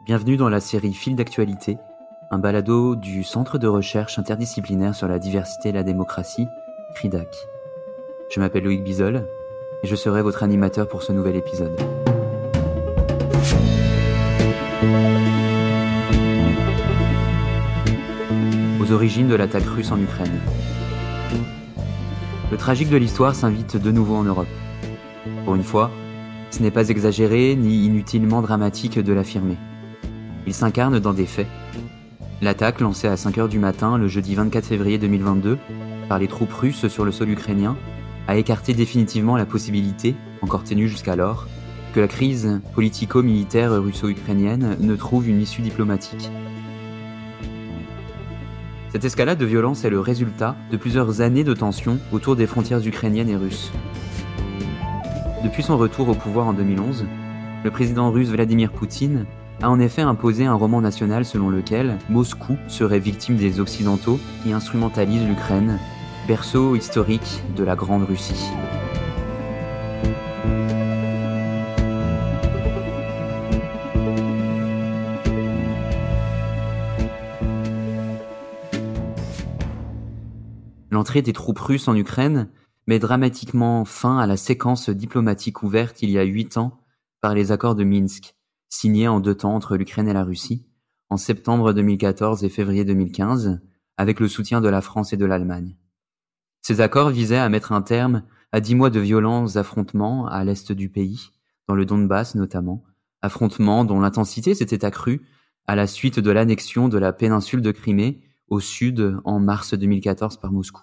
Bienvenue dans la série Fil d'actualité, un balado du Centre de recherche interdisciplinaire sur la diversité et la démocratie, CRIDAC. Je m'appelle Loïc Bizol et je serai votre animateur pour ce nouvel épisode. Aux origines de l'attaque russe en Ukraine. Le tragique de l'histoire s'invite de nouveau en Europe. Pour une fois, ce n'est pas exagéré ni inutilement dramatique de l'affirmer. Il s'incarne dans des faits. L'attaque lancée à 5h du matin le jeudi 24 février 2022 par les troupes russes sur le sol ukrainien a écarté définitivement la possibilité, encore ténue jusqu'alors, que la crise politico-militaire russo-ukrainienne ne trouve une issue diplomatique. Cette escalade de violence est le résultat de plusieurs années de tensions autour des frontières ukrainiennes et russes. Depuis son retour au pouvoir en 2011, le président russe Vladimir Poutine a en effet imposé un roman national selon lequel Moscou serait victime des Occidentaux qui instrumentalisent l'Ukraine, berceau historique de la Grande Russie. L'entrée des troupes russes en Ukraine met dramatiquement fin à la séquence diplomatique ouverte il y a 8 ans par les accords de Minsk, signés en 2 temps entre l'Ukraine et la Russie, en septembre 2014 et février 2015, avec le soutien de la France et de l'Allemagne. Ces accords visaient à mettre un terme à 10 mois de violents affrontements à l'est du pays, dans le Donbass notamment, affrontements dont l'intensité s'était accrue à la suite de l'annexion de la péninsule de Crimée au sud en mars 2014 par Moscou.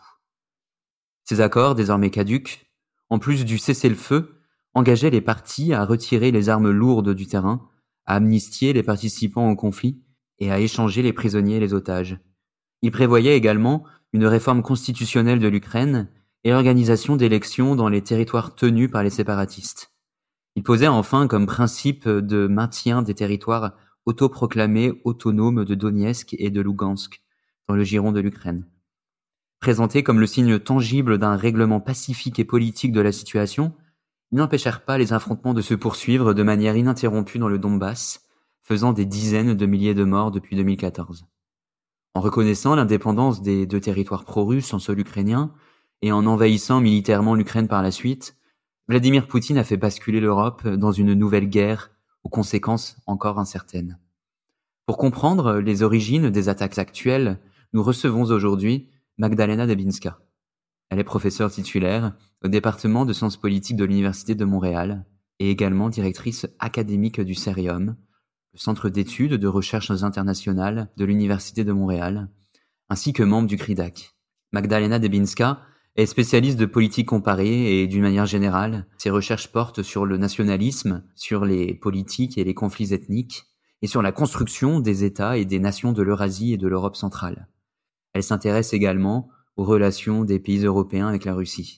Ces accords, désormais caducs, en plus du cessez-le-feu, engageaient les parties à retirer les armes lourdes du terrain, à amnistier les participants au conflit et à échanger les prisonniers et les otages. Il prévoyait également une réforme constitutionnelle de l'Ukraine et l'organisation d'élections dans les territoires tenus par les séparatistes. Il posait enfin comme principe de maintien des territoires autoproclamés autonomes de Donetsk et de Lugansk, dans le giron de l'Ukraine. Présentés comme le signe tangible d'un règlement pacifique et politique de la situation, ils n'empêchèrent pas les affrontements de se poursuivre de manière ininterrompue dans le Donbass, faisant des dizaines de milliers de morts depuis 2014. En reconnaissant l'indépendance des 2 territoires pro-russes en sol ukrainien et en envahissant militairement l'Ukraine par la suite, Vladimir Poutine a fait basculer l'Europe dans une nouvelle guerre aux conséquences encore incertaines. Pour comprendre les origines des attaques actuelles, nous recevons aujourd'hui Magdalena Debinska. Elle est professeure titulaire au département de sciences politiques de l'Université de Montréal et également directrice académique du CERIUM, le centre d'études de recherches internationales de l'Université de Montréal, ainsi que membre du CRIDAC. Magdalena Debinska est spécialiste de politique comparée et d'une manière générale, ses recherches portent sur le nationalisme, sur les politiques et les conflits ethniques, et sur la construction des États et des nations de l'Eurasie et de l'Europe centrale. Elle s'intéresse également aux relations des pays européens avec la Russie.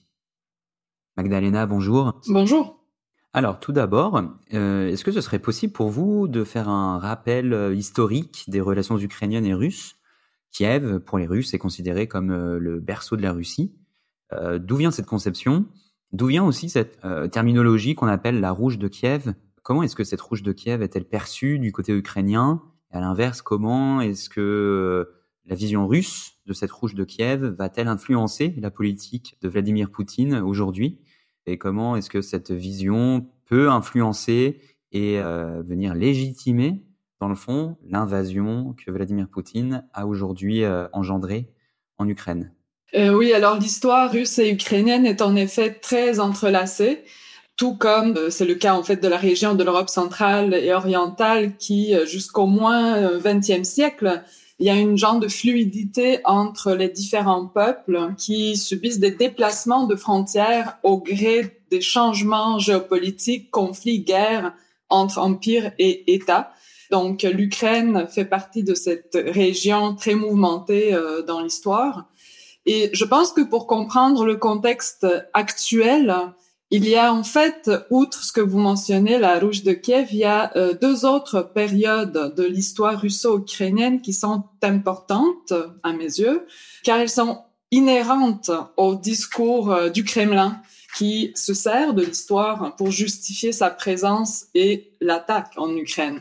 Magdalena, bonjour. Bonjour. Alors, tout d'abord, est-ce que ce serait possible pour vous de faire un rappel historique des relations ukrainiennes et russes ? Kiev, pour les Russes, est considéré comme le berceau de la Russie. D'où vient cette conception ? D'où vient aussi cette terminologie qu'on appelle la rouge de Kiev ? Comment est-ce que cette rouge de Kiev est-elle perçue du côté ukrainien ? Et à l'inverse, comment est-ce que la vision russe de cette rouge de Kiev va-t-elle influencer la politique de Vladimir Poutine aujourd'hui ? Et comment est-ce que cette vision peut influencer et venir légitimer, dans le fond, l'invasion que Vladimir Poutine a aujourd'hui engendrée en Ukraine ? Oui, alors l'histoire russe et ukrainienne est en effet très entrelacée, tout comme c'est le cas en fait de la région de l'Europe centrale et orientale qui, jusqu'au moins XXe siècle, il y a une genre de fluidité entre les différents peuples qui subissent des déplacements de frontières au gré des changements géopolitiques, conflits, guerres entre empires et États. Donc, l'Ukraine fait partie de cette région très mouvementée dans l'histoire. Et je pense que pour comprendre le contexte actuel, il y a en fait, outre ce que vous mentionnez, la Rouge de Kiev, il y a 2 autres périodes de l'histoire russo-ukrainienne qui sont importantes à mes yeux, car elles sont inhérentes au discours du Kremlin qui se sert de l'histoire pour justifier sa présence et l'attaque en Ukraine.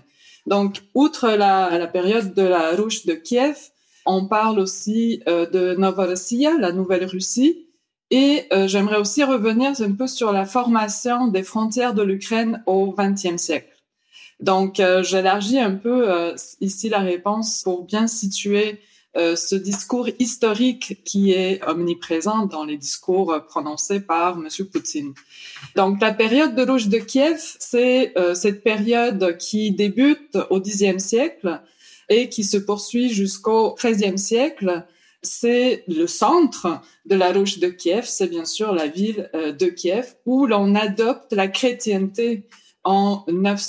Donc, outre la période de la Ruche de Kiev, on parle aussi de Novorossiya, la Nouvelle-Russie, et j'aimerais aussi revenir un peu sur la formation des frontières de l'Ukraine au XXe siècle. Donc, j'élargis un peu ici la réponse pour bien situer ce discours historique qui est omniprésent dans les discours prononcés par M. Poutine. Donc, la période de Ruche de Kiev, c'est cette période qui débute au Xe siècle et qui se poursuit jusqu'au XIIIe siècle. C'est le centre de la Ruche de Kiev, c'est bien sûr la ville de Kiev, où l'on adopte la chrétienté en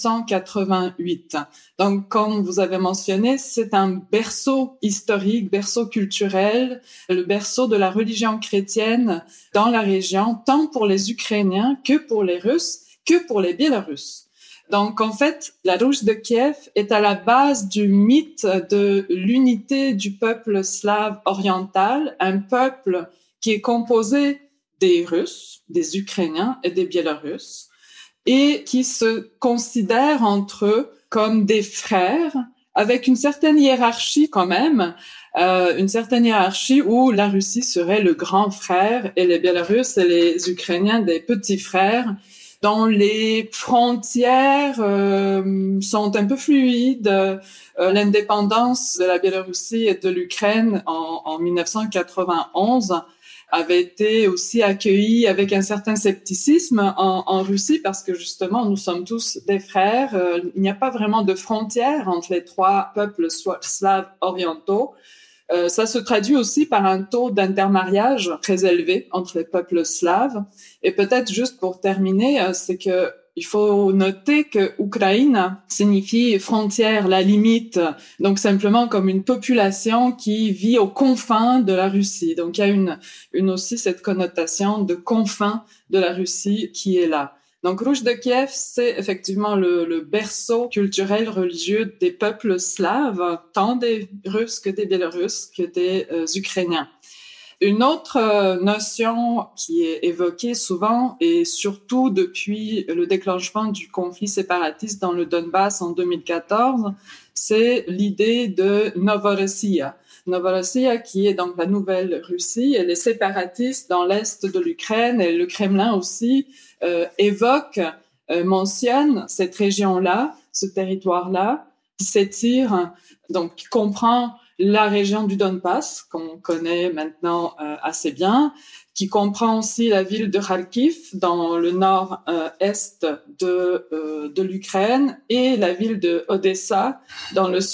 988. Donc, comme vous avez mentionné, c'est un berceau historique, berceau culturel, le berceau de la religion chrétienne dans la région, tant pour les Ukrainiens que pour les Russes, que pour les Biélorusses. Donc, en fait, la Ruche de Kiev est à la base du mythe de l'unité du peuple slave oriental, un peuple qui est composé des Russes, des Ukrainiens et des Biélorusses, et qui se considèrent entre eux comme des frères, avec une certaine hiérarchie quand même, une certaine hiérarchie où la Russie serait le grand frère et les Biélorusses et les Ukrainiens des petits frères, dont les frontières sont un peu fluides. L'indépendance de la Biélorussie et de l'Ukraine en 1991 avait été aussi accueilli avec un certain scepticisme en Russie parce que justement, nous sommes tous des frères. Il n'y a pas vraiment de frontière entre les trois peuples slaves orientaux. Ça se traduit aussi par un taux d'intermariage très élevé entre les peuples slaves. Et peut-être juste pour terminer, c'est que il faut noter que Ukraine signifie frontière, la limite, donc simplement comme une population qui vit aux confins de la Russie. Donc il y a une aussi cette connotation de confins de la Russie qui est là. Donc Ruche de Kiev, c'est effectivement le berceau culturel religieux des peuples slaves, tant des Russes que des Biélorusses que des Ukrainiens. Une autre notion qui est évoquée souvent, et surtout depuis le déclenchement du conflit séparatiste dans le Donbass en 2014, c'est l'idée de Novorossiya. Novorossiya qui est donc la Nouvelle-Russie, et les séparatistes dans l'est de l'Ukraine et le Kremlin aussi mentionne cette région-là, ce territoire-là, qui s'étire, donc qui comprend la région du Donbass, qu'on connaît maintenant assez bien, qui comprend aussi la ville de Kharkiv dans le nord-est de l'Ukraine et la ville de Odessa dans le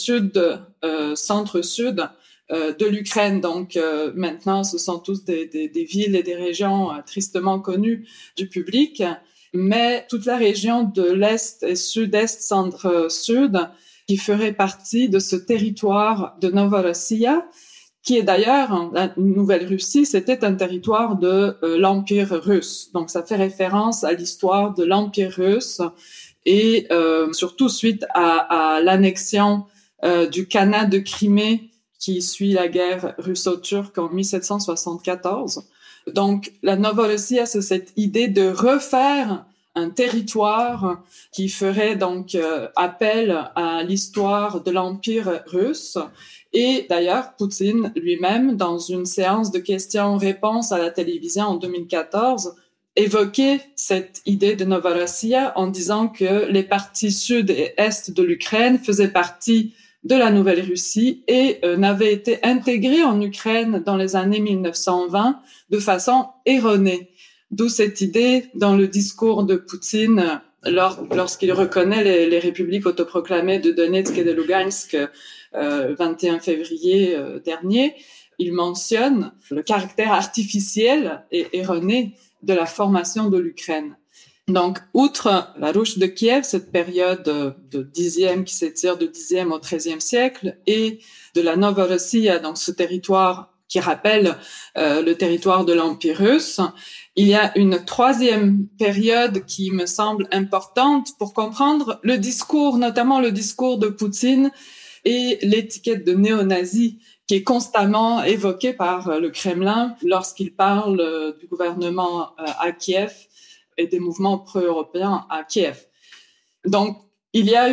centre-sud de l'Ukraine. Donc maintenant, ce sont tous des villes et des régions tristement connues du public, mais toute la région de l'Est et Sud-Est, Centre-Sud, qui ferait partie de ce territoire de Novorossiya, qui est d'ailleurs, la Nouvelle-Russie, c'était un territoire de l'Empire russe. Donc ça fait référence à l'histoire de l'Empire russe et surtout suite à l'annexion du Khanat de Crimée qui suit la guerre russo-turque en 1774. Donc la Novorossiya, c'est cette idée de refaire un territoire qui ferait donc appel à l'histoire de l'Empire russe. Et d'ailleurs, Poutine lui-même, dans une séance de questions-réponses à la télévision en 2014, évoquait cette idée de Novorossiya en disant que les parties sud et est de l'Ukraine faisaient partie de la Nouvelle-Russie et n'avaient été intégrées en Ukraine dans les années 1920 de façon erronée. D'où cette idée dans le discours de Poutine lorsqu'il reconnaît les républiques autoproclamées de Donetsk et de Lugansk 21 février dernier. Il mentionne le caractère artificiel et erroné de la formation de l'Ukraine. Donc, outre la Ruche de Kiev, cette période de dixième qui s'étire du Xe au XIIIe siècle, et de la Novorossiya, donc ce territoire qui rappelle le territoire de l'Empire russe, il y a une troisième période qui me semble importante pour comprendre le discours, notamment le discours de Poutine et l'étiquette de néo-nazi qui est constamment évoquée par le Kremlin lorsqu'il parle du gouvernement à Kiev et des mouvements pro-européens à Kiev. Donc, il y a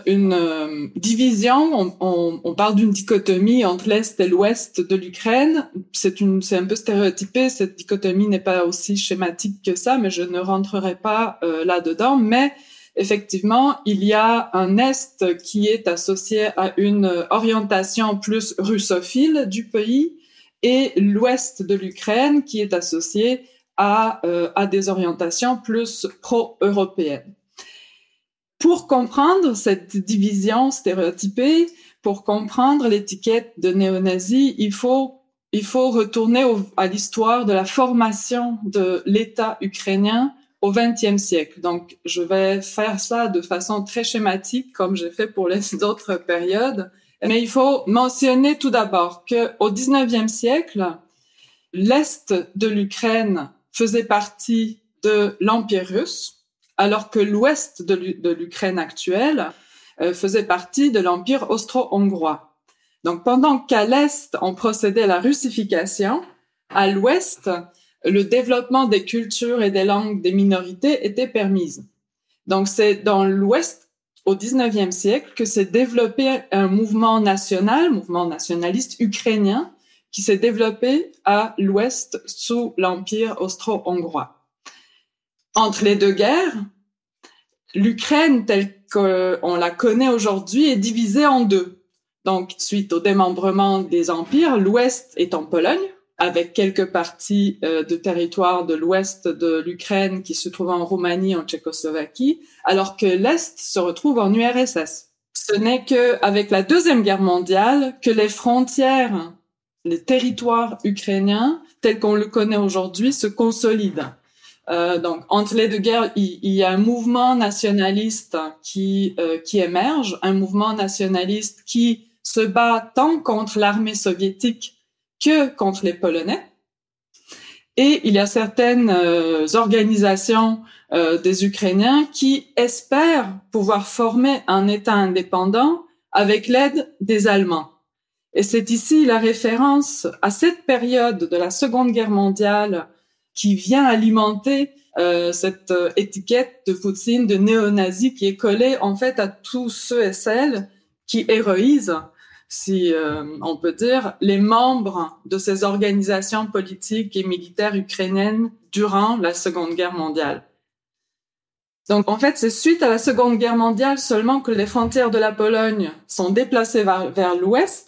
une division, on parle d'une dichotomie entre l'Est et l'Ouest de l'Ukraine. C'est un peu stéréotypé, cette dichotomie n'est pas aussi schématique que ça, mais je ne rentrerai pas là-dedans. Mais effectivement, il y a un Est qui est associé à une orientation plus russophile du pays et l'Ouest de l'Ukraine qui est associé à des orientations plus pro-européennes. Pour comprendre cette division stéréotypée, pour comprendre l'étiquette de néo-nazi, il faut retourner à l'histoire de la formation de l'État ukrainien au XXe siècle. Donc, je vais faire ça de façon très schématique, comme j'ai fait pour les autres périodes. Mais il faut mentionner tout d'abord qu'au XIXe siècle, l'Est de l'Ukraine faisait partie de l'Empire russe, alors que l'ouest de l'Ukraine actuelle faisait partie de l'Empire austro-hongrois. Donc, pendant qu'à l'Est, on procédait à la russification, à l'Ouest, le développement des cultures et des langues des minorités était permise. Donc, c'est dans l'Ouest, au XIXe siècle, que s'est développé un mouvement nationaliste ukrainien, qui s'est développé à l'Ouest sous l'Empire austro-hongrois. Entre les deux guerres, l'Ukraine telle qu'on la connaît aujourd'hui est divisée en deux. Donc, suite au démembrement des empires, l'Ouest est en Pologne, avec quelques parties de territoire de l'Ouest de l'Ukraine qui se trouvent en Roumanie, en Tchécoslovaquie, alors que l'Est se retrouve en URSS. Ce n'est qu'avec la Deuxième Guerre mondiale que les frontières, les territoires ukrainiens, tels qu'on le connaît aujourd'hui, se consolident. Donc, entre les deux guerres, il y a un mouvement nationaliste qui émerge, un mouvement nationaliste qui se bat tant contre l'armée soviétique que contre les Polonais. Et il y a certaines organisations des Ukrainiens qui espèrent pouvoir former un État indépendant avec l'aide des Allemands. Et c'est ici la référence à cette période de la Seconde Guerre mondiale qui vient alimenter cette étiquette de Poutine de néo-nazi qui est collée en fait à tous ceux et celles qui héroïsent, si on peut dire, les membres de ces organisations politiques et militaires ukrainiennes durant la Seconde Guerre mondiale. Donc en fait, c'est suite à la Seconde Guerre mondiale seulement que les frontières de la Pologne sont déplacées vers l'ouest,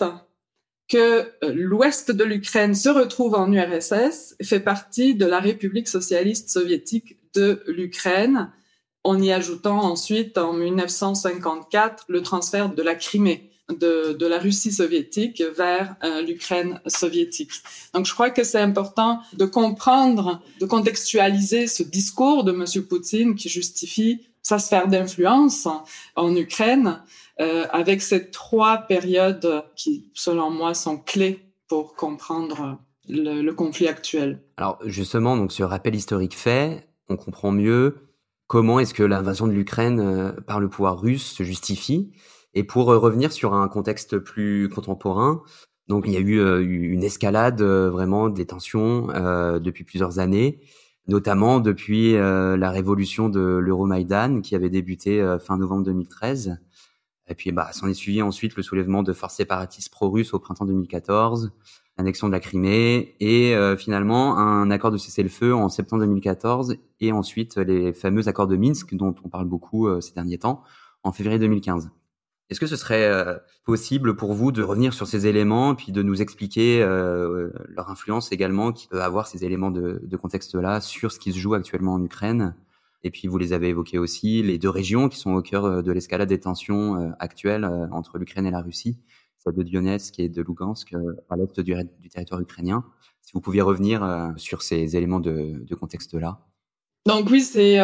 que l'ouest de l'Ukraine se retrouve en URSS et fait partie de la République socialiste soviétique de l'Ukraine, en y ajoutant ensuite, en 1954, le transfert de la Crimée, de la Russie soviétique vers l'Ukraine soviétique. Donc je crois que c'est important de comprendre, de contextualiser ce discours de M. Poutine qui justifie sa sphère d'influence en Ukraine, avec ces trois périodes qui, selon moi, sont clés pour comprendre le conflit actuel. Alors justement, donc ce rappel historique fait, on comprend mieux comment est-ce que l'invasion de l'Ukraine par le pouvoir russe se justifie. Et pour revenir sur un contexte plus contemporain, donc il y a eu une escalade vraiment des tensions depuis plusieurs années, notamment depuis la révolution de l'Euromaïdan qui avait débuté fin novembre 2013. Et puis, s'en est suivi ensuite le soulèvement de forces séparatistes pro-russes au printemps 2014, l'annexion de la Crimée et finalement un accord de cessez-le-feu en septembre 2014 et ensuite les fameux accords de Minsk dont on parle beaucoup ces derniers temps en février 2015. Est-ce que ce serait possible pour vous de revenir sur ces éléments puis de nous expliquer leur influence également qui peut avoir ces éléments de contexte-là sur ce qui se joue actuellement en Ukraine? Et puis, vous les avez évoqués aussi, les deux régions qui sont au cœur de l'escalade des tensions actuelles entre l'Ukraine et la Russie, celle de Donetsk et de Lugansk à l'est du territoire ukrainien. Si vous pouviez revenir sur ces éléments de contexte-là. Donc oui, c'est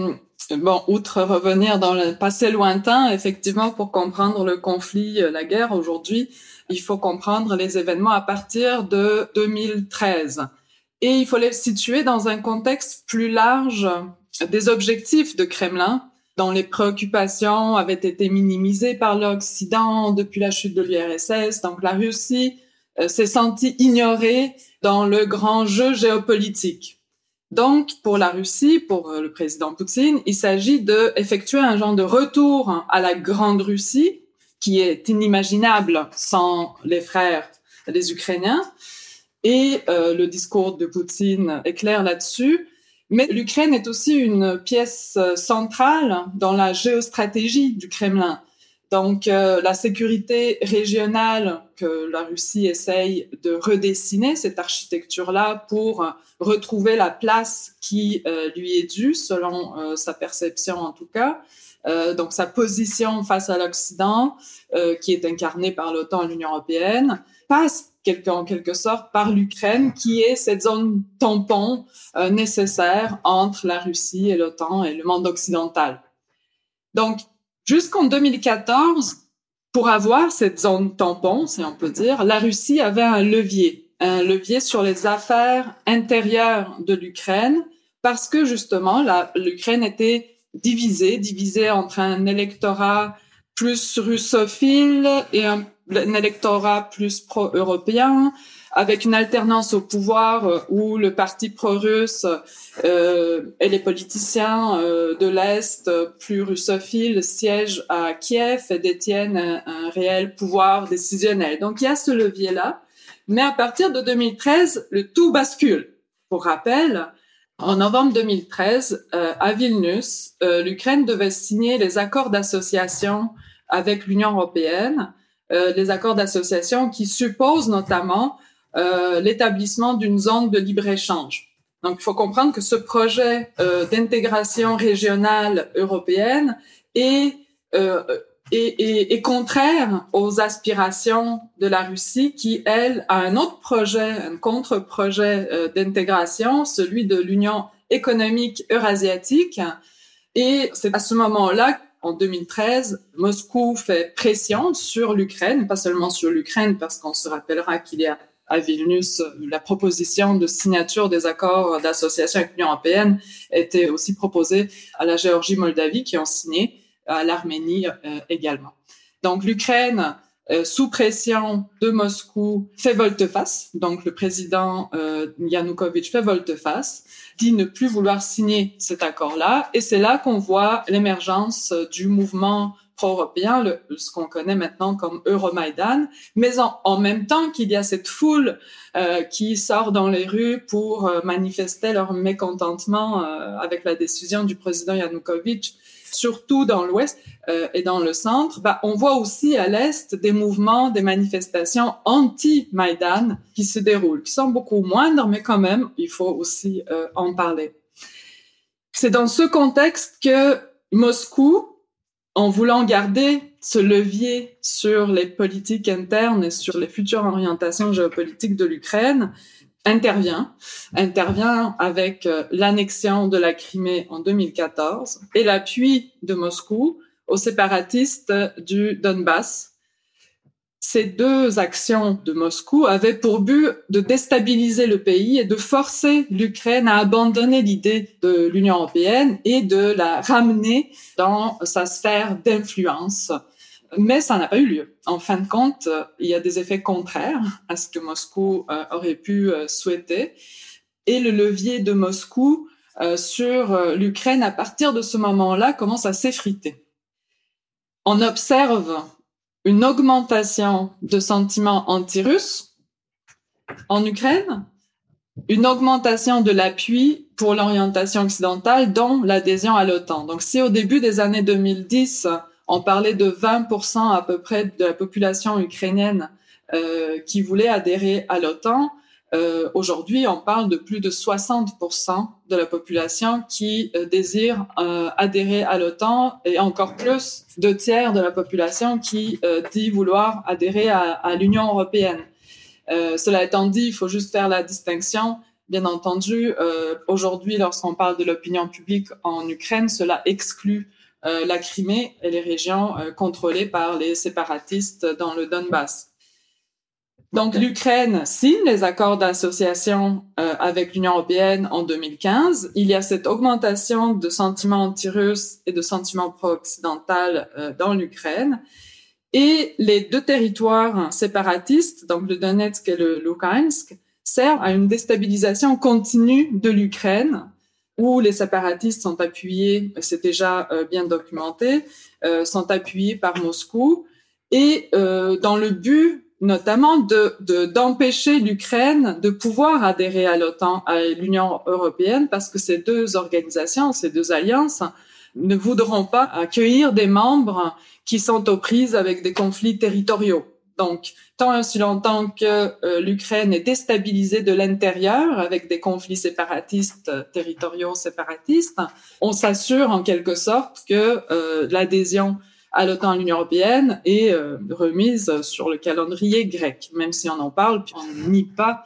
outre revenir dans le passé lointain, effectivement, pour comprendre le conflit, la guerre aujourd'hui, il faut comprendre les événements à partir de 2013. Et il faut les situer dans un contexte plus large des objectifs de Kremlin, dont les préoccupations avaient été minimisées par l'Occident depuis la chute de l'URSS. Donc la Russie s'est sentie ignorée dans le grand jeu géopolitique. Donc, pour la Russie, pour le président Poutine, il s'agit d'effectuer un genre de retour à la Grande Russie, qui est inimaginable sans les frères, les Ukrainiens. Et le discours de Poutine est clair là-dessus. Mais l'Ukraine est aussi une pièce centrale dans la géostratégie du Kremlin. Donc, la sécurité régionale que la Russie essaye de redessiner, cette architecture-là, pour retrouver la place qui lui est due, selon sa perception en tout cas. Donc, sa position face à l'Occident, qui est incarnée par l'OTAN et l'Union européenne, passe en quelque sorte par l'Ukraine, qui est cette zone tampon nécessaire entre la Russie et l'OTAN et le monde occidental. Donc, jusqu'en 2014, pour avoir cette zone tampon, si on peut dire, la Russie avait un levier sur les affaires intérieures de l'Ukraine, parce que justement, l'Ukraine était divisée entre un électorat plus russophile et un électorat plus pro-européen, avec une alternance au pouvoir où le parti pro-russe et les politiciens de l'Est plus russophiles siègent à Kiev et détiennent un réel pouvoir décisionnel. Donc il y a ce levier-là, mais à partir de 2013, le tout bascule. Pour rappel, en novembre 2013, à Vilnius, l'Ukraine devait signer les accords d'association avec l'Union européenne, les accords d'association qui supposent notamment l'établissement d'une zone de libre-échange. Donc, il faut comprendre que ce projet d'intégration régionale européenne est contraire aux aspirations de la Russie qui, elle, a un autre projet, un contre-projet d'intégration, celui de l'Union économique eurasiatique. Et c'est à ce moment-là, en 2013, Moscou fait pression sur l'Ukraine, pas seulement sur l'Ukraine, parce qu'on se rappellera qu'il y a à Vilnius, la proposition de signature des accords d'association avec l'Union européenne était aussi proposée à la Géorgie, Moldavie, qui ont signé, à l'Arménie également. Donc l'Ukraine, sous pression de Moscou, fait volte-face. Donc le président Yanukovych fait volte-face, dit ne plus vouloir signer cet accord-là, et c'est là qu'on voit l'émergence du mouvement pro-européen, ce qu'on connaît maintenant comme Euromaïdan, mais en même temps qu'il y a cette foule qui sort dans les rues pour manifester leur mécontentement avec la décision du président Yanukovych, surtout dans l'Ouest et dans le centre, on voit aussi à l'Est des mouvements, des manifestations anti-Maïdan qui se déroulent, qui sont beaucoup moindres, mais quand même, il faut aussi en parler. C'est dans ce contexte que Moscou, en voulant garder ce levier sur les politiques internes et sur les futures orientations géopolitiques de l'Ukraine, intervient avec l'annexion de la Crimée en 2014 et l'appui de Moscou aux séparatistes du Donbass. Ces deux actions de Moscou avaient pour but de déstabiliser le pays et de forcer l'Ukraine à abandonner l'idée de l'Union européenne et de la ramener dans sa sphère d'influence. Mais ça n'a pas eu lieu. En fin de compte, il y a des effets contraires à ce que Moscou aurait pu souhaiter. Et le levier de Moscou sur l'Ukraine, à partir de ce moment-là, commence à s'effriter. On observe une augmentation de sentiments anti-russes en Ukraine, une augmentation de l'appui pour l'orientation occidentale, dont l'adhésion à l'OTAN. Donc si au début des années 2010, on parlait de 20% à peu près de la population ukrainienne qui voulait adhérer à l'OTAN, aujourd'hui, on parle de plus de 60% de la population qui désire adhérer à l'OTAN et encore plus, 2/3 de la population qui dit vouloir adhérer à l'Union européenne. Cela étant dit, il faut juste faire la distinction. Bien entendu, aujourd'hui, lorsqu'on parle de l'opinion publique en Ukraine, cela exclut la Crimée et les régions contrôlées par les séparatistes dans le Donbass. Donc, l'Ukraine signe les accords d'association avec l'Union européenne en 2015. Il y a cette augmentation de sentiments anti-russes et de sentiments pro-occidentaux dans l'Ukraine. Et les deux territoires séparatistes, donc le Donetsk et le Luhansk, sert à une déstabilisation continue de l'Ukraine, où les séparatistes sont appuyés, c'est déjà bien documenté, sont appuyés par Moscou, et dans le but notamment d'empêcher l'Ukraine de pouvoir adhérer à l'OTAN, à l'Union européenne, parce que ces deux organisations, ces deux alliances, ne voudront pas accueillir des membres qui sont aux prises avec des conflits territoriaux. Donc, tant et aussi longtemps que l'Ukraine est déstabilisée de l'intérieur avec des conflits séparatistes, territoriaux séparatistes, on s'assure en quelque sorte que l'adhésion à l'OTAN, à l'Union européenne, est remise sur le calendrier grec, même si on en parle, puis on ne nie pas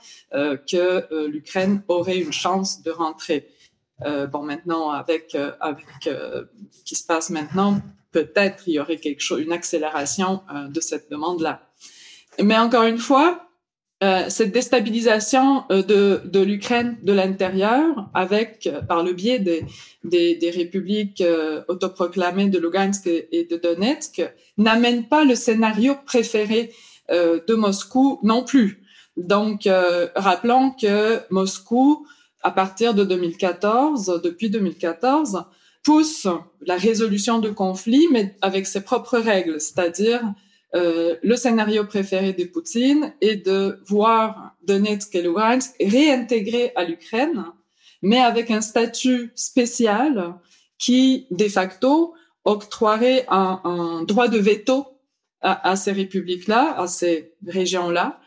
que l'Ukraine aurait une chance de rentrer. Maintenant, avec ce qui se passe maintenant, peut-être il y aurait une accélération de cette demande-là. Mais encore une fois, cette déstabilisation de l'Ukraine de l'intérieur, par le biais des républiques autoproclamées de Lugansk et de Donetsk, n'amène pas le scénario préféré de Moscou non plus. Donc, rappelons que Moscou, à partir de 2014, depuis 2014, pousse la résolution de conflits, mais avec ses propres règles, c'est-à-dire le scénario préféré de Poutine est de voir Donetsk et Lugansk réintégrés à l'Ukraine, mais avec un statut spécial qui, de facto, octroierait un droit de veto à ces républiques-là, à ces régions-là,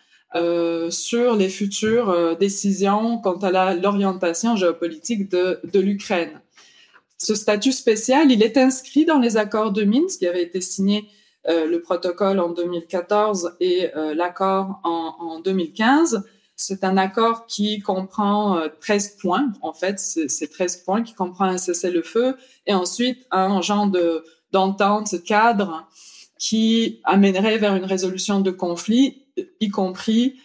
sur les futures décisions quant à l'orientation géopolitique de l'Ukraine. Ce statut spécial, il est inscrit dans les accords de Minsk qui avaient été signés le protocole en 2014 et l'accord en 2015. C'est un accord qui comprend 13 points. En fait, c'est 13 points qui comprend un cessez-le-feu et ensuite un genre d'entente cadre qui amènerait vers une résolution de conflit, y compris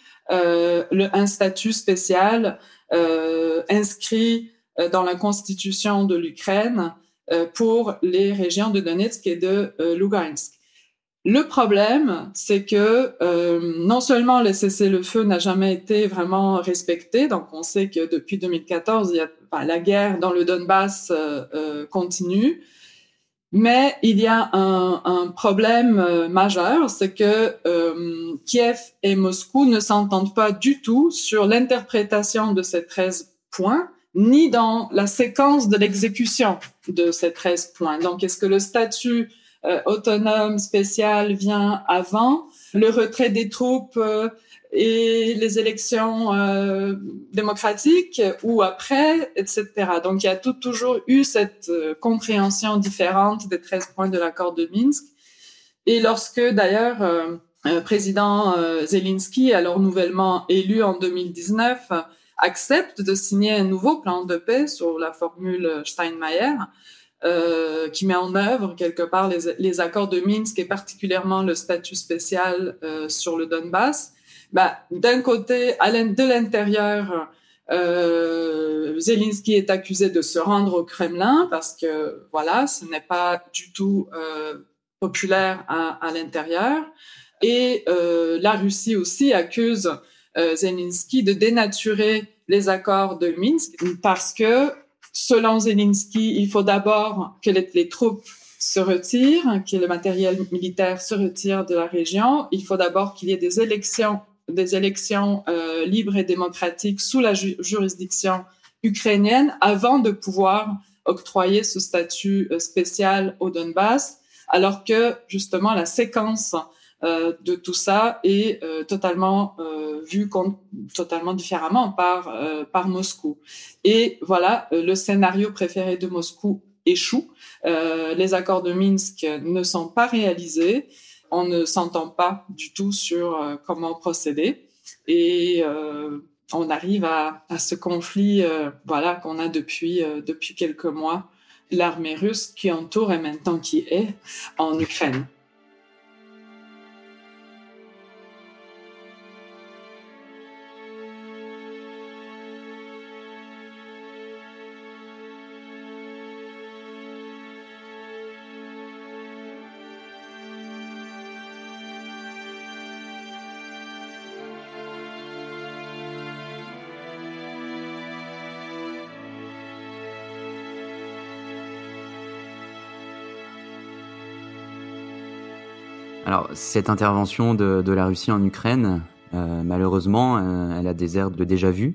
un statut spécial inscrit dans la constitution de l'Ukraine pour les régions de Donetsk et de Lugansk. Le problème, c'est que non seulement le cessez-le-feu n'a jamais été vraiment respecté, donc on sait que depuis 2014, la guerre dans le Donbass continue, mais il y a un problème majeur, c'est que Kiev et Moscou ne s'entendent pas du tout sur l'interprétation de ces 13 points, ni dans la séquence de l'exécution de ces 13 points. Donc, est-ce que le statut autonome spécial vient avant le retrait des troupes et les élections démocratiques ou après, etc. Donc, il y a toujours eu cette compréhension différente des 13 points de l'accord de Minsk. Et lorsque, d'ailleurs, président Zelensky, alors nouvellement élu en 2019, accepte de signer un nouveau plan de paix sur la formule Steinmeier, qui met en œuvre quelque part les accords de Minsk et particulièrement le statut spécial sur le Donbass. D'un côté, de l'intérieur, Zelensky est accusé de se rendre au Kremlin parce que voilà, ce n'est pas du tout populaire à l'intérieur. Et la Russie aussi accuse Zelensky de dénaturer les accords de Minsk parce que selon Zelensky, il faut d'abord que les troupes se retirent, que le matériel militaire se retire de la région. Il faut d'abord qu'il y ait des élections libres et démocratiques sous la juridiction ukrainienne avant de pouvoir octroyer ce statut spécial au Donbass, alors que justement la séquence de tout ça est totalement vue totalement différemment par Moscou. Et voilà, le scénario préféré de Moscou échoue. Les accords de Minsk ne sont pas réalisés. On ne s'entend pas du tout sur comment procéder. Et on arrive à ce conflit qu'on a depuis quelques mois. L'armée russe qui entoure et maintenant qui est en Ukraine. Alors, cette intervention de la Russie en Ukraine, malheureusement, elle a des airs de déjà-vu.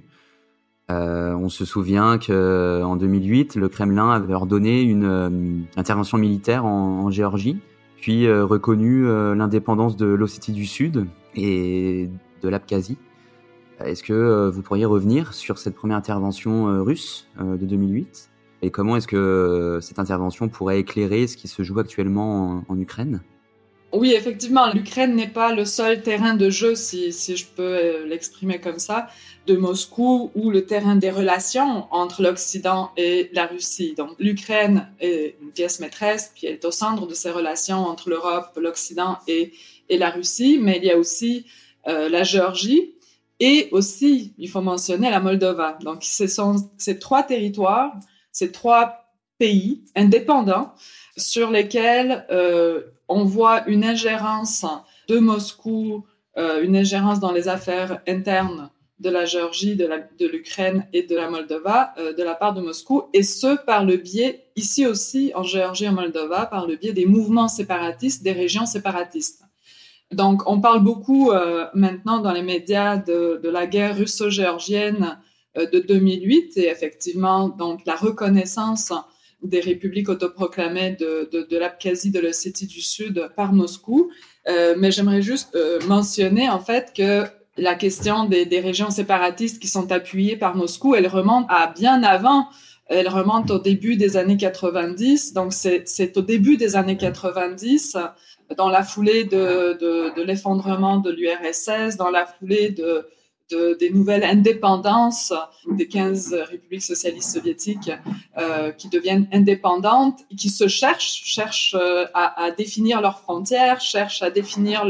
On se souvient qu'en 2008, le Kremlin avait ordonné une intervention militaire en Géorgie, puis reconnu l'indépendance de l'Ossétie du Sud et de l'Abkhazie. Est-ce que vous pourriez revenir sur cette première intervention russe de 2008 ? Et comment est-ce que cette intervention pourrait éclairer ce qui se joue actuellement en Ukraine ? Oui, effectivement, l'Ukraine n'est pas le seul terrain de jeu, si je peux l'exprimer comme ça, de Moscou, ou le terrain des relations entre l'Occident et la Russie. Donc, l'Ukraine est une pièce maîtresse, puis elle est au centre de ces relations entre l'Europe, l'Occident et la Russie, mais il y a aussi la Géorgie et aussi, il faut mentionner, la Moldova. Donc, ce sont ces trois territoires, ces trois pays indépendants sur lesquels on voit une ingérence de Moscou, une ingérence dans les affaires internes de la Géorgie, de l'Ukraine et de la Moldova de la part de Moscou, et ce par le biais, ici aussi en Géorgie et en Moldova, par le biais des mouvements séparatistes, des régions séparatistes. Donc on parle beaucoup maintenant dans les médias de la guerre russo-géorgienne de 2008, et effectivement donc la reconnaissance des républiques autoproclamées de l'Abkhazie, de l'Ossétie du Sud par Moscou. Mais j'aimerais juste mentionner en fait que la question des régions séparatistes qui sont appuyées par Moscou, elle remonte à bien avant. Elle remonte au début des années 90. Donc c'est au début des années 90, dans la foulée de l'effondrement de l'URSS, dans la foulée des nouvelles indépendances des 15 républiques socialistes soviétiques qui deviennent indépendantes, qui se cherchent à définir leurs frontières, cherchent à définir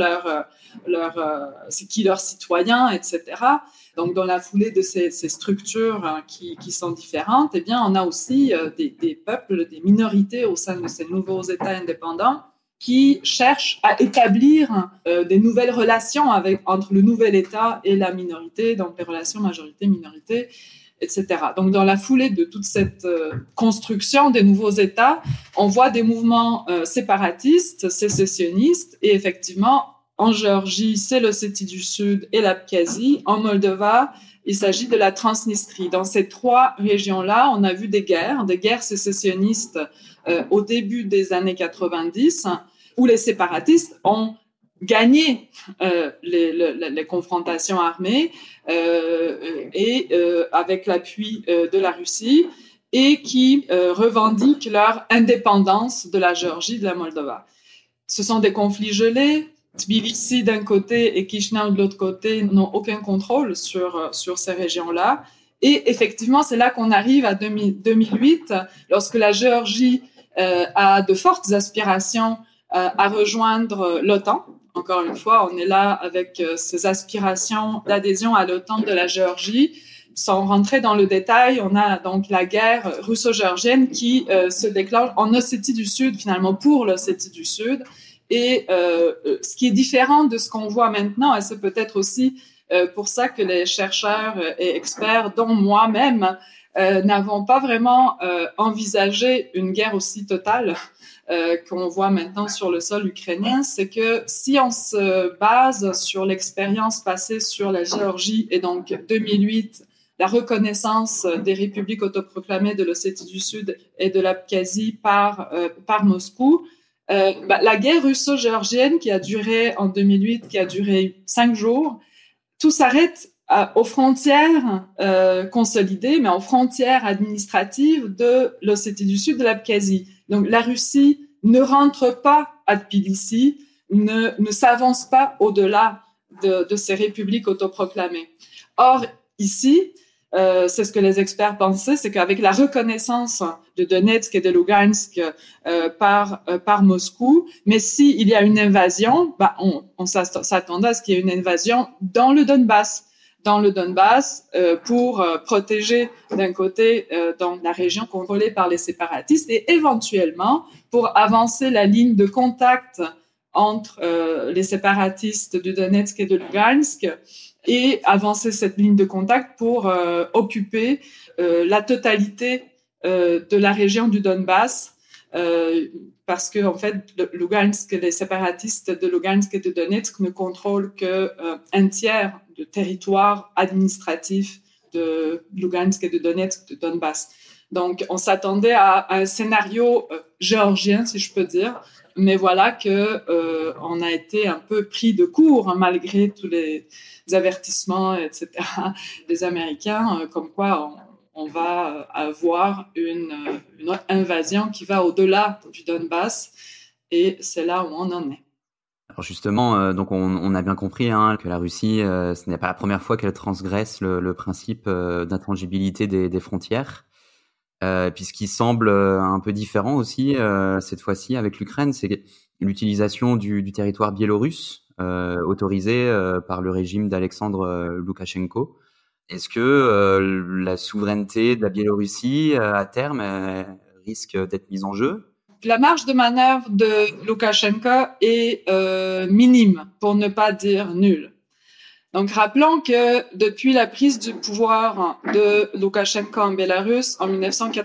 c'est qui leurs citoyens, etc. Donc, dans la foulée de ces structures qui sont différentes, eh bien, on a aussi des peuples, des minorités au sein de ces nouveaux États indépendants qui cherchent à établir des nouvelles relations entre le nouvel État et la minorité, donc les relations majorité-minorité, etc. Donc, dans la foulée de toute cette construction des nouveaux États, on voit des mouvements séparatistes, sécessionnistes, et effectivement, en Géorgie, c'est l'Ossétie du Sud et l'Abkhazie. En Moldova, il s'agit de la Transnistrie. Dans ces trois régions-là, on a vu des guerres sécessionnistes au début des années 90, où les séparatistes ont gagné les confrontations armées avec l'appui de la Russie, et qui revendiquent leur indépendance de la Géorgie, de la Moldova. Ce sont des conflits gelés. Tbilissi d'un côté et Chisinau de l'autre côté n'ont aucun contrôle sur ces régions-là. Et effectivement, c'est là qu'on arrive à 2008, lorsque la Géorgie a de fortes aspirations à rejoindre l'OTAN. Encore une fois, on est là avec ces aspirations d'adhésion à l'OTAN de la Géorgie. Sans rentrer dans le détail, on a donc la guerre russo-géorgienne qui se déclenche en Ossétie du Sud, finalement pour l'Ossétie du Sud. Et ce qui est différent de ce qu'on voit maintenant, et c'est peut-être aussi pour ça que les chercheurs et experts, dont moi-même, n'avons pas vraiment envisagé une guerre aussi totale qu'on voit maintenant sur le sol ukrainien, c'est que si on se base sur l'expérience passée sur la Géorgie et donc 2008, la reconnaissance des républiques autoproclamées de l'Ossétie du Sud et de l'Abkhazie par Moscou, la guerre russo-géorgienne qui a duré en 2008, qui a duré 5 jours, tout s'arrête aux frontières consolidées, mais aux frontières administratives de l'Ossétie du Sud, de l'Abkhazie. Donc la Russie ne rentre pas à Tbilissi, ne s'avance pas au-delà de ces républiques autoproclamées. Or, ici, c'est ce que les experts pensaient, c'est qu'avec la reconnaissance de Donetsk et de Lugansk par Moscou, mais s'il y a une invasion, on s'attendait à ce qu'il y ait une invasion dans le Donbass. Pour protéger d'un côté dans la région contrôlée par les séparatistes, et éventuellement pour avancer la ligne de contact entre les séparatistes de Donetsk et de Lugansk, et avancer cette ligne de contact pour occuper la totalité de la région du Donbass parce que en fait, Lugansk, les séparatistes de Lugansk et de Donetsk ne contrôlent que un tiers du territoire administratif de Lugansk et de Donetsk, de Donbass. Donc, on s'attendait à un scénario géorgien, si je peux dire, mais voilà que on a été un peu pris de court, hein, malgré tous les avertissements, etc., des Américains, comme quoi on va avoir une invasion qui va au-delà du Donbass, et c'est là où on en est. Alors justement, donc on a bien compris hein, que la Russie, ce n'est pas la première fois qu'elle transgresse le principe d'intangibilité des frontières. Puis ce qui semble un peu différent aussi cette fois-ci avec l'Ukraine, c'est l'utilisation du territoire biélorusse autorisé par le régime d'Alexandre Loukachenko. Est-ce que la souveraineté de la Biélorussie à terme risque d'être mise en jeu? La marge de manœuvre de Loukachenko est minime, pour ne pas dire nulle. Donc, rappelons que depuis la prise du pouvoir de Loukachenko en Bélarus en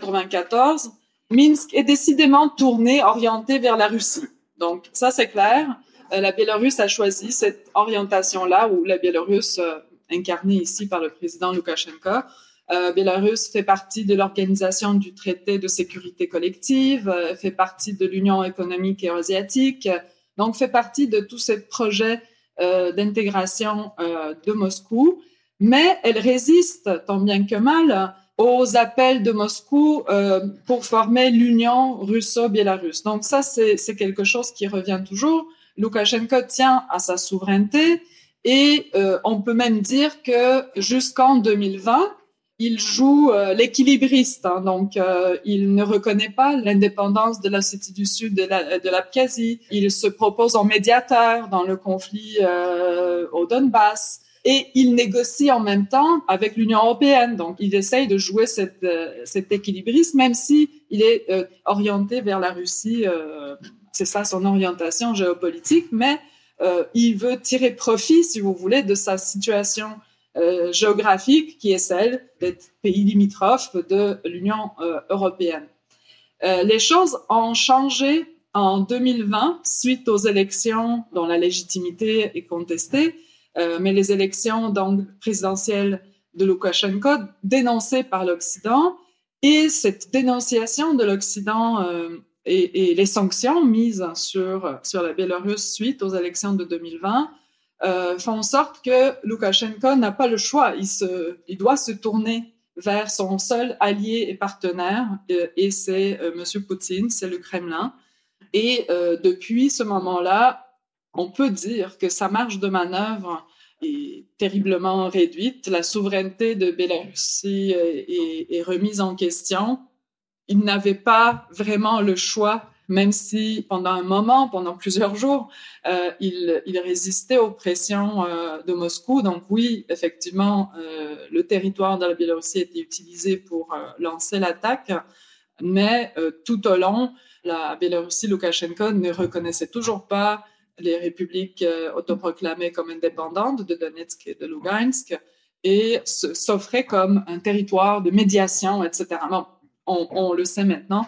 1994, Minsk est décidément tourné, orienté vers la Russie. Donc, ça, c'est clair. La Bélarus a choisi cette orientation-là, où la Bélarus, incarnée ici par le président Loukachenko, Bélarus fait partie de l'organisation du traité de sécurité collective, fait partie de l'Union économique et asiatique, donc fait partie de tous ces projets d'intégration de Moscou, mais elle résiste tant bien que mal aux appels de Moscou pour former l'Union russo-biélorusse. Donc ça, c'est quelque chose qui revient toujours. Loukachenko tient à sa souveraineté et on peut même dire que jusqu'en 2020, il joue l'équilibriste, hein, donc il ne reconnaît pas l'indépendance de l'Ossétie du Sud de l'Abkhazie. Il se propose en médiateur dans le conflit au Donbass. Et il négocie en même temps avec l'Union européenne. Donc, il essaye de jouer cet équilibriste, même si il est orienté vers la Russie. C'est ça son orientation géopolitique, mais il veut tirer profit, si vous voulez, de sa situation géographique qui est celle d'être pays limitrophe de l'Union européenne. Les choses ont changé en 2020 suite aux élections dont la légitimité est contestée, mais les élections donc présidentielles de Loukachenko dénoncées par l'Occident, et cette dénonciation de l'Occident et les sanctions mises sur la Biélorusse suite aux élections de 2020 font en sorte que Loukachenko n'a pas le choix. Il doit se tourner vers son seul allié et partenaire, et c'est M. Poutine, c'est le Kremlin. Et depuis ce moment-là, on peut dire que sa marge de manœuvre est terriblement réduite. La souveraineté de Biélorussie est remise en question. Il n'avait pas vraiment le choix, même si pendant un moment, pendant plusieurs jours, il résistait aux pressions de Moscou. Donc oui, effectivement, le territoire de la Biélorussie était utilisé pour lancer l'attaque, mais tout au long, la Biélorussie, Loukachenko ne reconnaissait toujours pas les républiques autoproclamées comme indépendantes de Donetsk et de Lugansk, et s'offrait comme un territoire de médiation, etc. Bon, on le sait maintenant,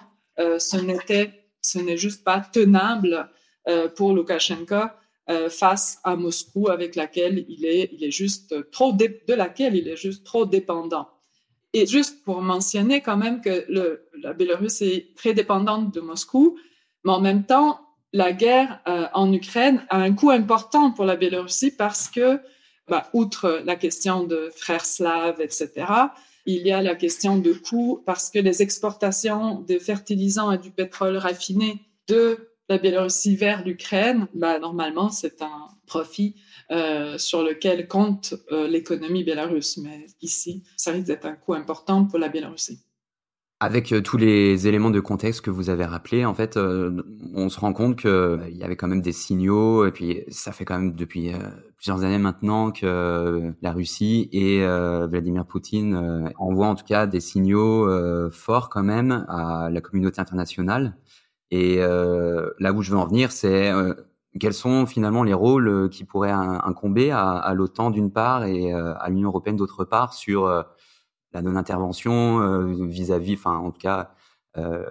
ce n'est juste pas tenable pour Loukachenko face à Moscou, avec laquelle il est juste trop de laquelle il est juste trop dépendant. Et juste pour mentionner quand même que la Biélorussie est très dépendante de Moscou, mais en même temps, la guerre en Ukraine a un coût important pour la Biélorussie parce que, outre la question de frères slaves, etc., il y a la question de coût parce que les exportations de fertilisants et du pétrole raffiné de la Biélorussie vers l'Ukraine, normalement, c'est un profit sur lequel compte l'économie biélorusse. Mais ici, ça risque d'être un coût important pour la Biélorussie. Avec tous les éléments de contexte que vous avez rappelés, en fait, on se rend compte qu'il y avait quand même des signaux, et puis ça fait quand même depuis plusieurs années maintenant que la Russie et Vladimir Poutine envoient en tout cas des signaux forts quand même à la communauté internationale. Et là où je veux en venir, c'est quels sont finalement les rôles qui pourraient incomber à l'OTAN d'une part et à l'Union européenne d'autre part sur la non-intervention vis-à-vis, enfin en tout cas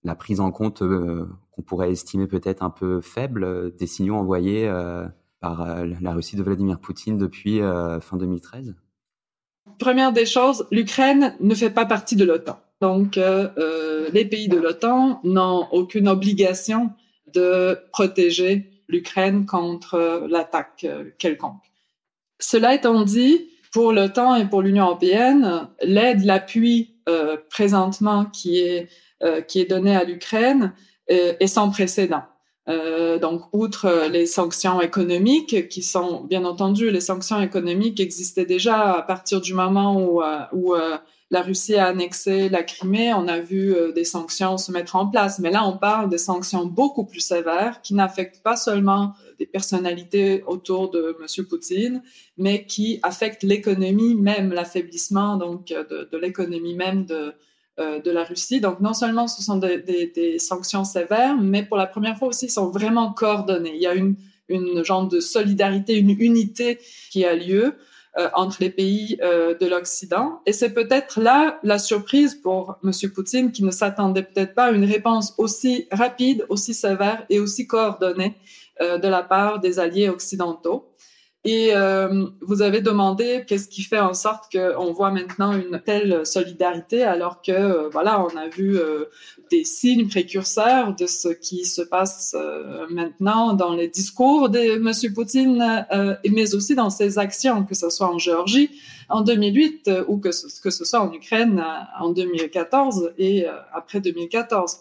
la prise en compte qu'on pourrait estimer peut-être un peu faible des signaux envoyés par la Russie de Vladimir Poutine depuis fin 2013? Première des choses, l'Ukraine ne fait pas partie de l'OTAN. Donc, les pays de l'OTAN n'ont aucune obligation de protéger l'Ukraine contre l'attaque quelconque. Cela étant dit, pour l'OTAN et pour l'Union européenne, l'aide, l'appui présentement qui est donné à l'Ukraine est sans précédent. Donc, outre les sanctions économiques, qui sont, bien entendu, les sanctions économiques existaient déjà à partir du moment où la Russie a annexé la Crimée, on a vu des sanctions se mettre en place. Mais là, on parle de sanctions beaucoup plus sévères qui n'affectent pas seulement des personnalités autour de M. Poutine, mais qui affectent l'économie même, l'affaiblissement donc de l'économie même de la Russie. Donc, non seulement ce sont des sanctions sévères, mais pour la première fois aussi, ils sont vraiment coordonnés. Il y a une genre de solidarité, une unité qui a lieu entre les pays de l'Occident. Et c'est peut-être là la surprise pour M. Poutine, qui ne s'attendait peut-être pas à une réponse aussi rapide, aussi sévère et aussi coordonnée de la part des alliés occidentaux. Et vous avez demandé qu'est-ce qui fait en sorte qu'on voit maintenant une telle solidarité alors que voilà, on a vu des signes précurseurs de ce qui se passe maintenant dans les discours de M. Poutine, mais aussi dans ses actions, que ce soit en Géorgie en 2008 ou que ce soit en Ukraine en 2014 et après 2014.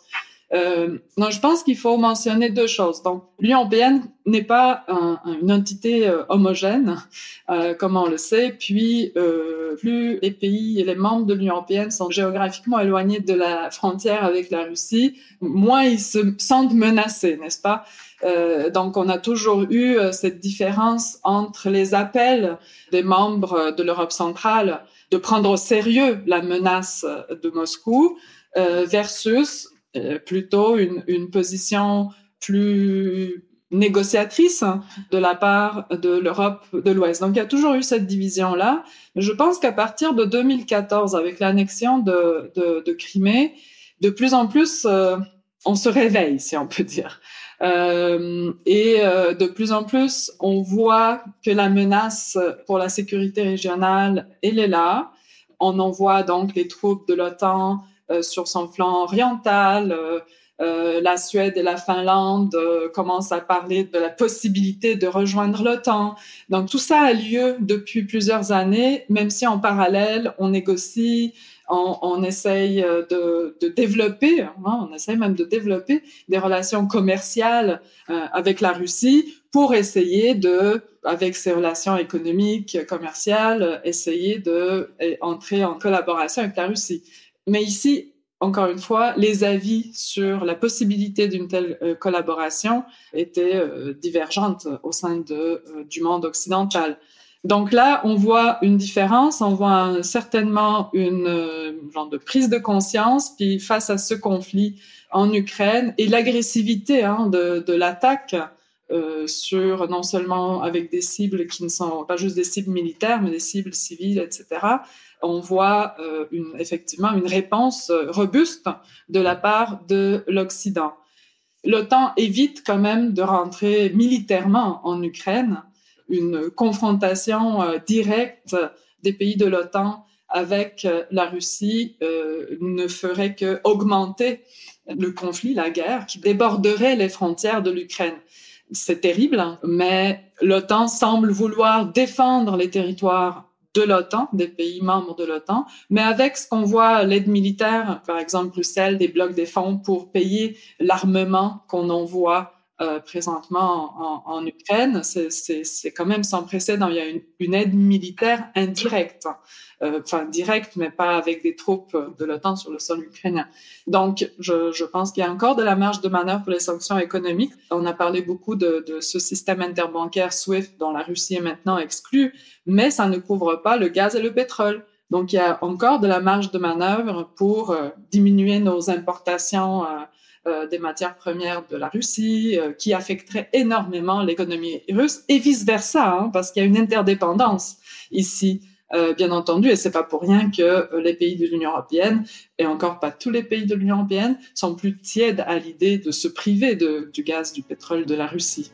Donc, je pense qu'il faut mentionner deux choses. Donc, l'Union européenne n'est pas une entité homogène, comme on le sait. Puis, plus les pays et les membres de l'Union européenne sont géographiquement éloignés de la frontière avec la Russie, moins ils se sentent menacés, n'est-ce pas? Donc, on a toujours eu cette différence entre les appels des membres de l'Europe centrale de prendre au sérieux la menace de Moscou versus plutôt une position plus négociatrice de la part de l'Europe de l'Ouest. Donc, il y a toujours eu cette division-là. Je pense qu'à partir de 2014, avec l'annexion de Crimée, de plus en plus, on se réveille, si on peut dire. De plus en plus, on voit que la menace pour la sécurité régionale, elle est là. On envoie donc les troupes de l'OTAN sur son flanc oriental. La Suède et la Finlande commencent à parler de la possibilité de rejoindre l'OTAN. Donc tout ça a lieu depuis plusieurs années, même si en parallèle, on négocie, on essaye de développer, on essaye même de développer des relations commerciales avec la Russie pour essayer avec ces relations économiques, commerciales, essayer d'entrer en collaboration avec la Russie. Mais ici, encore une fois, les avis sur la possibilité d'une telle collaboration étaient divergentes au sein du monde occidental. Donc là, on voit une différence, on voit certainement une genre de prise de conscience, puis face à ce conflit en Ukraine et l'agressivité de l'attaque sur non seulement avec des cibles qui ne sont pas juste des cibles militaires, mais des cibles civiles, etc., on voit effectivement une réponse robuste de la part de l'Occident. L'OTAN évite quand même de rentrer militairement en Ukraine. Une confrontation directe des pays de l'OTAN avec la Russie ne ferait qu'augmenter le conflit, la guerre, qui déborderait les frontières de l'Ukraine. C'est terrible, mais l'OTAN semble vouloir défendre les territoires de l'OTAN, des pays membres de l'OTAN, mais avec ce qu'on voit, l'aide militaire, par exemple celle des blocs des fonds pour payer l'armement qu'on envoie présentement en Ukraine, c'est quand même sans précédent. Il y a une aide militaire indirecte, directe, mais pas avec des troupes de l'OTAN sur le sol ukrainien. Donc, je pense qu'il y a encore de la marge de manœuvre pour les sanctions économiques. On a parlé beaucoup de ce système interbancaire SWIFT dont la Russie est maintenant exclue, mais ça ne couvre pas le gaz et le pétrole. Donc, il y a encore de la marge de manœuvre pour diminuer nos importations des matières premières de la Russie, qui affecterait énormément l'économie russe, et vice-versa, parce qu'il y a une interdépendance ici bien entendu, et c'est pas pour rien que les pays de l'Union européenne, et encore pas tous les pays de l'Union européenne, sont plus tièdes à l'idée de se priver du gaz, du pétrole de la Russie.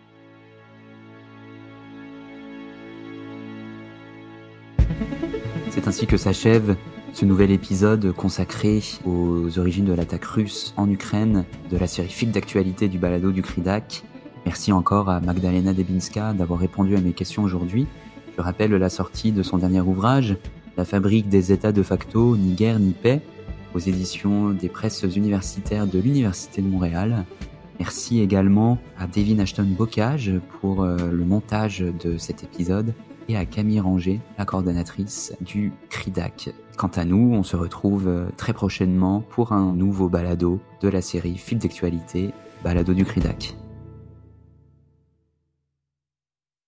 C'est ainsi que s'achève ce nouvel épisode consacré aux origines de l'attaque russe en Ukraine de la série Fil d'actualité du balado du CRIDAC. Merci encore à Magdalena Debinska d'avoir répondu à mes questions aujourd'hui. Je rappelle la sortie de son dernier ouvrage, La fabrique des États de facto, ni guerre ni paix, aux éditions des presses universitaires de l'Université de Montréal. Merci également à Devin Ashton-Bocage pour le montage de cet épisode et à Camille Ranger, la coordonnatrice du CRIDAC. Quant à nous, on se retrouve très prochainement pour un nouveau balado de la série Fil d'actualité, balado du CRIDAC.